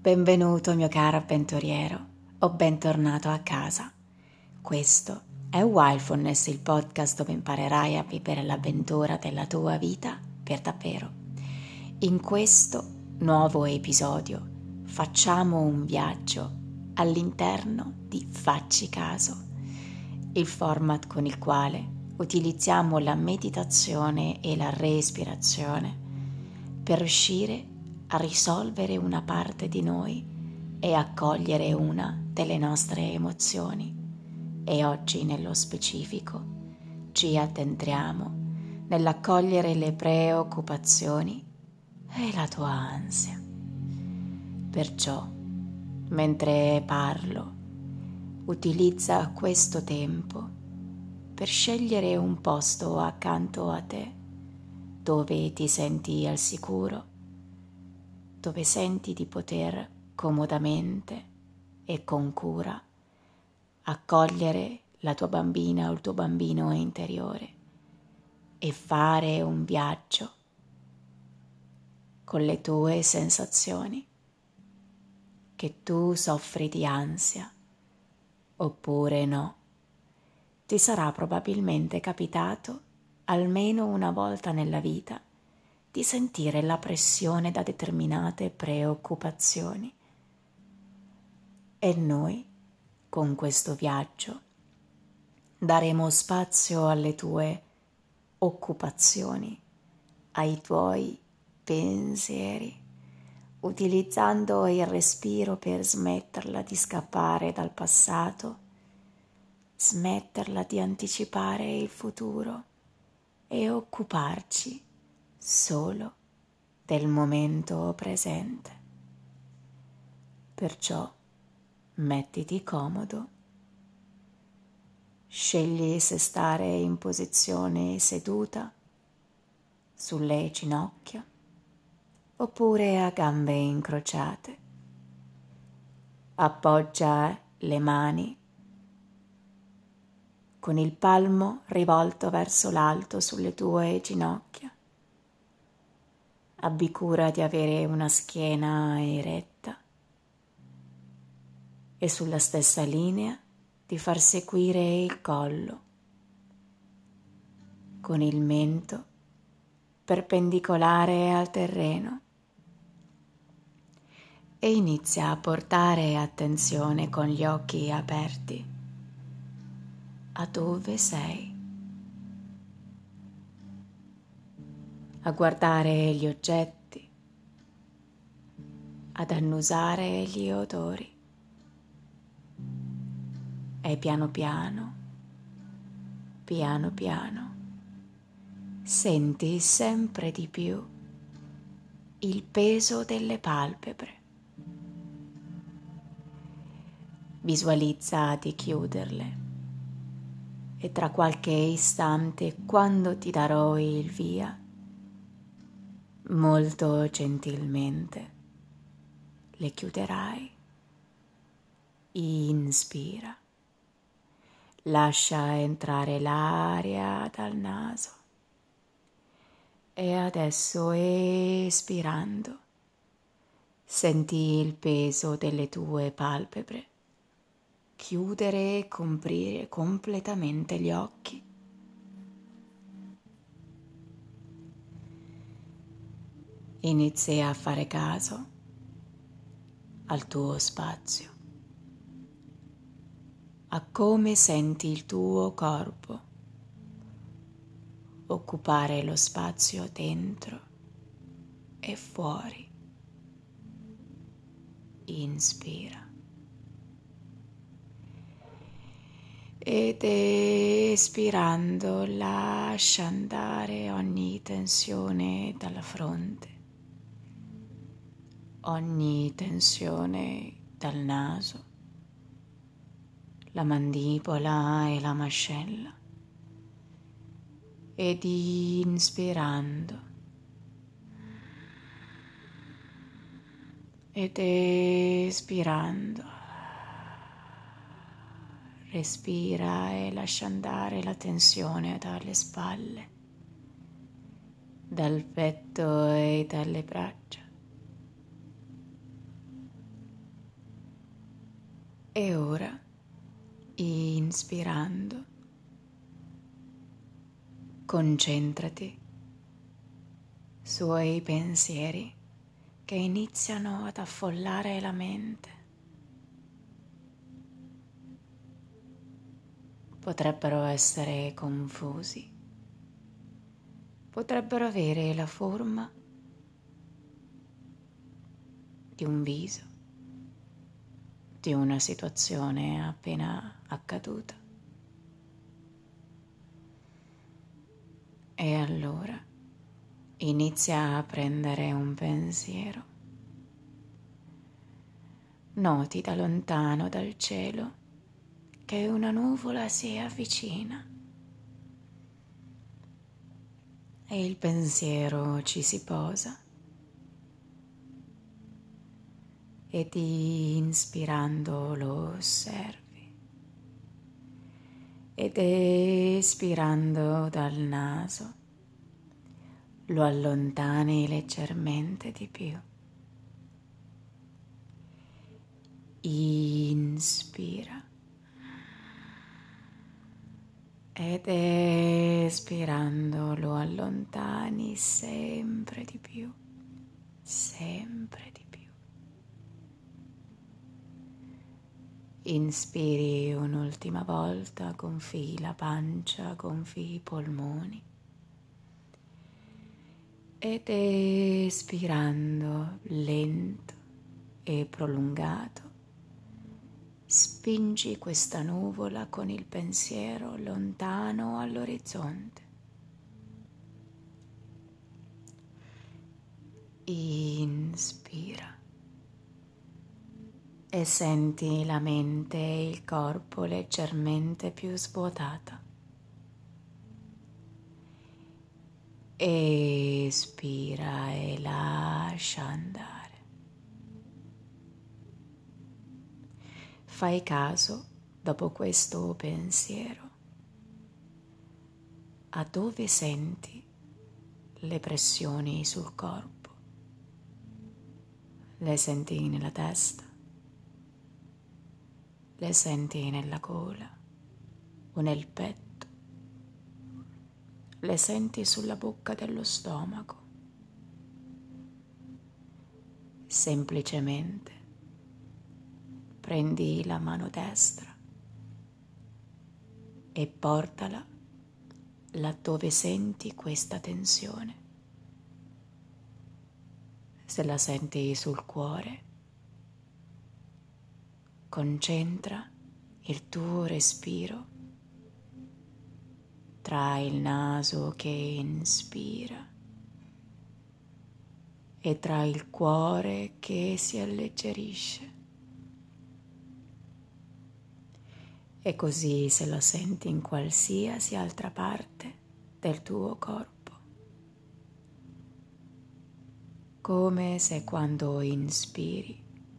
Benvenuto mio caro avventuriero o bentornato a casa. Questo è Wildfulness, il podcast dove imparerai a vivere l'avventura della tua vita per davvero. In questo nuovo episodio facciamo un viaggio all'interno di Facci Caso, il format con il quale utilizziamo la meditazione e la respirazione per riuscire a risolvere una parte di noi e accogliere una delle nostre emozioni. E oggi nello specifico ci addentriamo nell'accogliere le preoccupazioni e la tua ansia. Perciò, mentre parlo, utilizza questo tempo per scegliere un posto accanto a te dove ti senti al sicuro, dove senti di poter comodamente e con cura accogliere la tua bambina o il tuo bambino interiore e fare un viaggio con le tue sensazioni, che tu soffri di ansia oppure no. Ti sarà probabilmente capitato almeno una volta nella vita di sentire la pressione da determinate preoccupazioni. E noi, con questo viaggio, daremo spazio alle tue occupazioni, ai tuoi pensieri, utilizzando il respiro per smetterla di scappare dal passato, smetterla di anticipare il futuro e occuparci solo del momento presente. Perciò mettiti comodo, scegli se stare in posizione seduta, sulle ginocchia, oppure a gambe incrociate. Appoggia le mani con il palmo rivolto verso l'alto sulle tue ginocchia. Abbi cura di avere una schiena eretta e sulla stessa linea di far seguire il collo, con il mento perpendicolare al terreno, e inizia a portare attenzione con gli occhi aperti a dove sei, a guardare gli oggetti, ad annusare gli odori. E piano piano, senti sempre di più il peso delle palpebre. Visualizza di chiuderle e tra qualche istante, quando ti darò il via, molto gentilmente le chiuderai. Inspira. Lascia entrare l'aria dal naso e adesso, espirando, senti il peso delle tue palpebre chiudere e coprire completamente gli occhi. Inizia a fare caso al tuo spazio, a come senti il tuo corpo occupare lo spazio dentro e fuori. Inspira. Ed espirando lascia andare ogni tensione dalla fronte, ogni tensione dal naso, la mandibola e la mascella. Ed inspirando ed espirando, respira e lascia andare la tensione dalle spalle, dal petto e dalle braccia. E ora, inspirando, concentrati sui pensieri che iniziano ad affollare la mente. Potrebbero essere confusi, potrebbero avere la forma di un viso, di una situazione appena accaduta. E allora inizia a prendere un pensiero. Noti da lontano dal cielo che una nuvola si avvicina e il pensiero ci si posa ed inspirando lo osservi ed espirando dal naso lo allontani leggermente di più. Inspira ed espirando lo allontani sempre di più, sempre di più. Inspiri un'ultima volta, gonfii la pancia, gonfii i polmoni ed espirando lento e prolungato spingi questa nuvola con il pensiero lontano all'orizzonte. Inspira e senti la mente e il corpo leggermente più svuotata. Espira e lascia andare. Fai caso, dopo questo pensiero, a dove senti le pressioni sul corpo. Le senti nella testa? Le senti nella gola o nel petto? Le senti sulla bocca dello stomaco? Semplicemente prendi la mano destra e portala laddove senti questa tensione. Se la senti sul cuore, concentra il tuo respiro tra il naso che inspira e tra il cuore che si alleggerisce. E così se lo senti in qualsiasi altra parte del tuo corpo, come se quando inspiri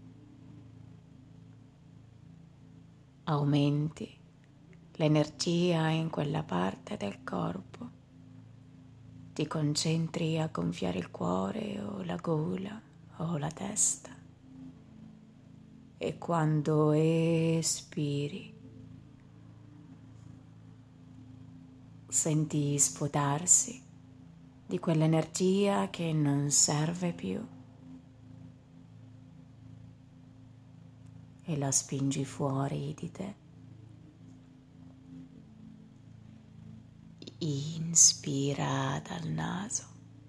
aumenti l'energia in quella parte del corpo, ti concentri a gonfiare il cuore o la gola o la testa e quando espiri senti svuotarsi di quell'energia che non serve più e la spingi fuori di te. Inspira dal naso,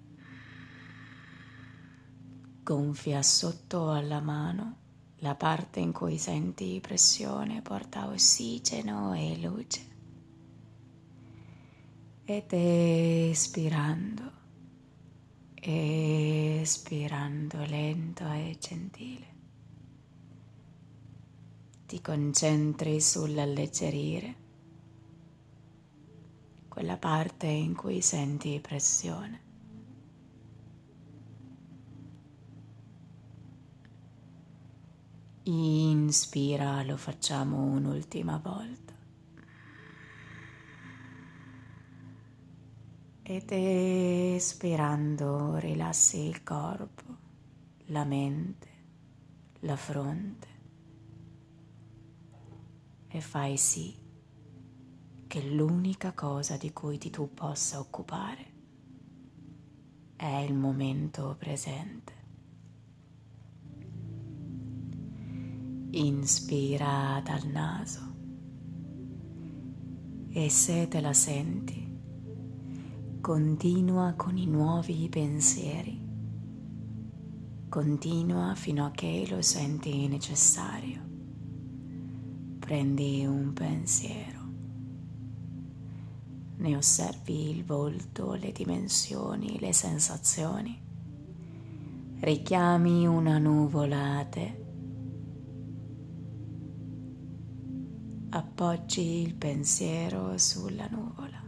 gonfia sotto alla mano la parte in cui senti pressione, porta ossigeno e luce. Ed espirando lento e gentile, ti concentri sull'alleggerire quella parte in cui senti pressione. Inspira, lo facciamo un'ultima volta. Ed espirando rilassi il corpo, la mente, la fronte. e fai sì che l'unica cosa di cui tu possa occupare è il momento presente. Inspira dal naso e se te la senti, continua con i nuovi pensieri. Continua fino a che lo senti necessario. Prendi un pensiero. Ne osservi il volto, le dimensioni, le sensazioni. Richiami una nuvola a te. Appoggi il pensiero sulla nuvola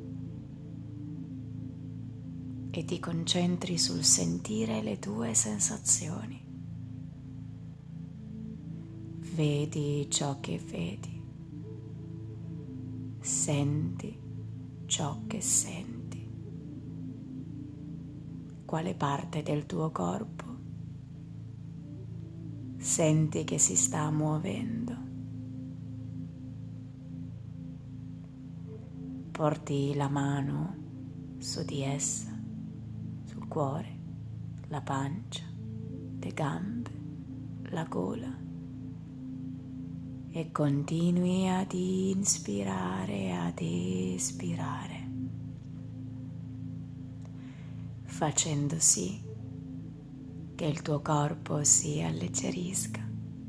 e ti concentri sul sentire le tue sensazioni. Vedi ciò che vedi. Senti ciò che senti. Quale parte del tuo corpo senti che si sta muovendo? Porti la mano su di essa, sul cuore, la pancia, le gambe, la gola e continui ad inspirare e ad espirare, facendo sì che il tuo corpo si alleggerisca.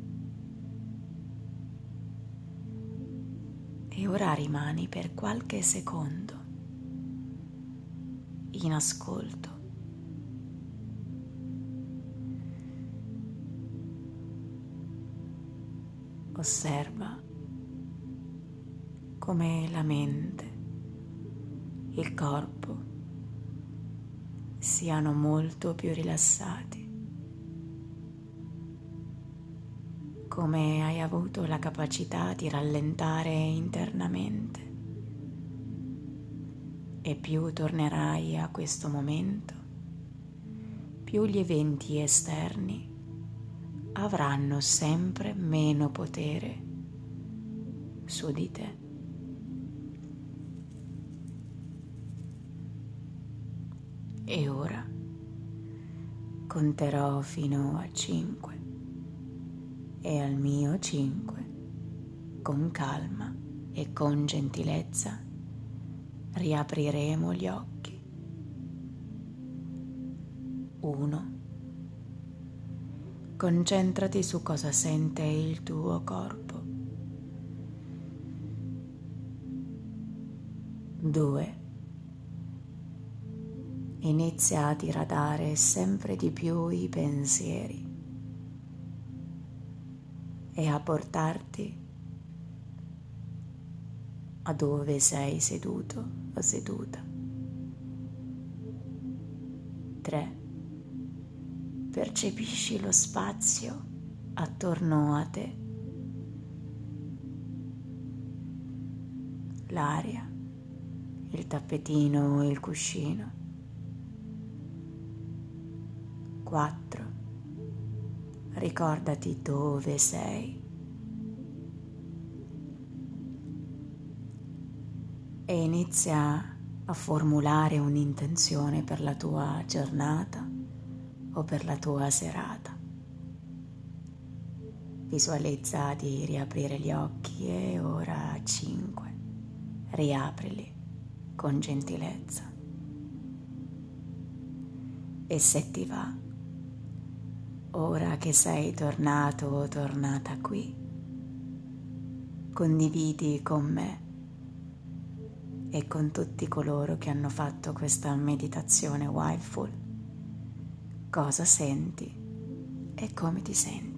E ora rimani per qualche secondo in ascolto. Osserva come la mente, il corpo siano molto più rilassati, come hai avuto la capacità di rallentare internamente e più tornerai a questo momento, più gli eventi esterni avranno sempre meno potere su di te. E ora conterò fino a 5 e al mio 5, con calma e con gentilezza, riapriremo gli occhi. 1. Concentrati su cosa sente il tuo corpo. 2. Inizia a diradare sempre di più i pensieri e a portarti a dove sei seduto o seduta. 3. Percepisci lo spazio attorno a te, l'aria, il tappetino, il cuscino. 4. Ricordati dove sei e inizia a formulare un'intenzione per la tua giornata o per la tua serata. Visualizza di riaprire gli occhi e ora 5. Riaprili con gentilezza. E se ti va, ora che sei tornato o tornata qui, condividi con me e con tutti coloro che hanno fatto questa meditazione Wildful cosa senti e come ti senti.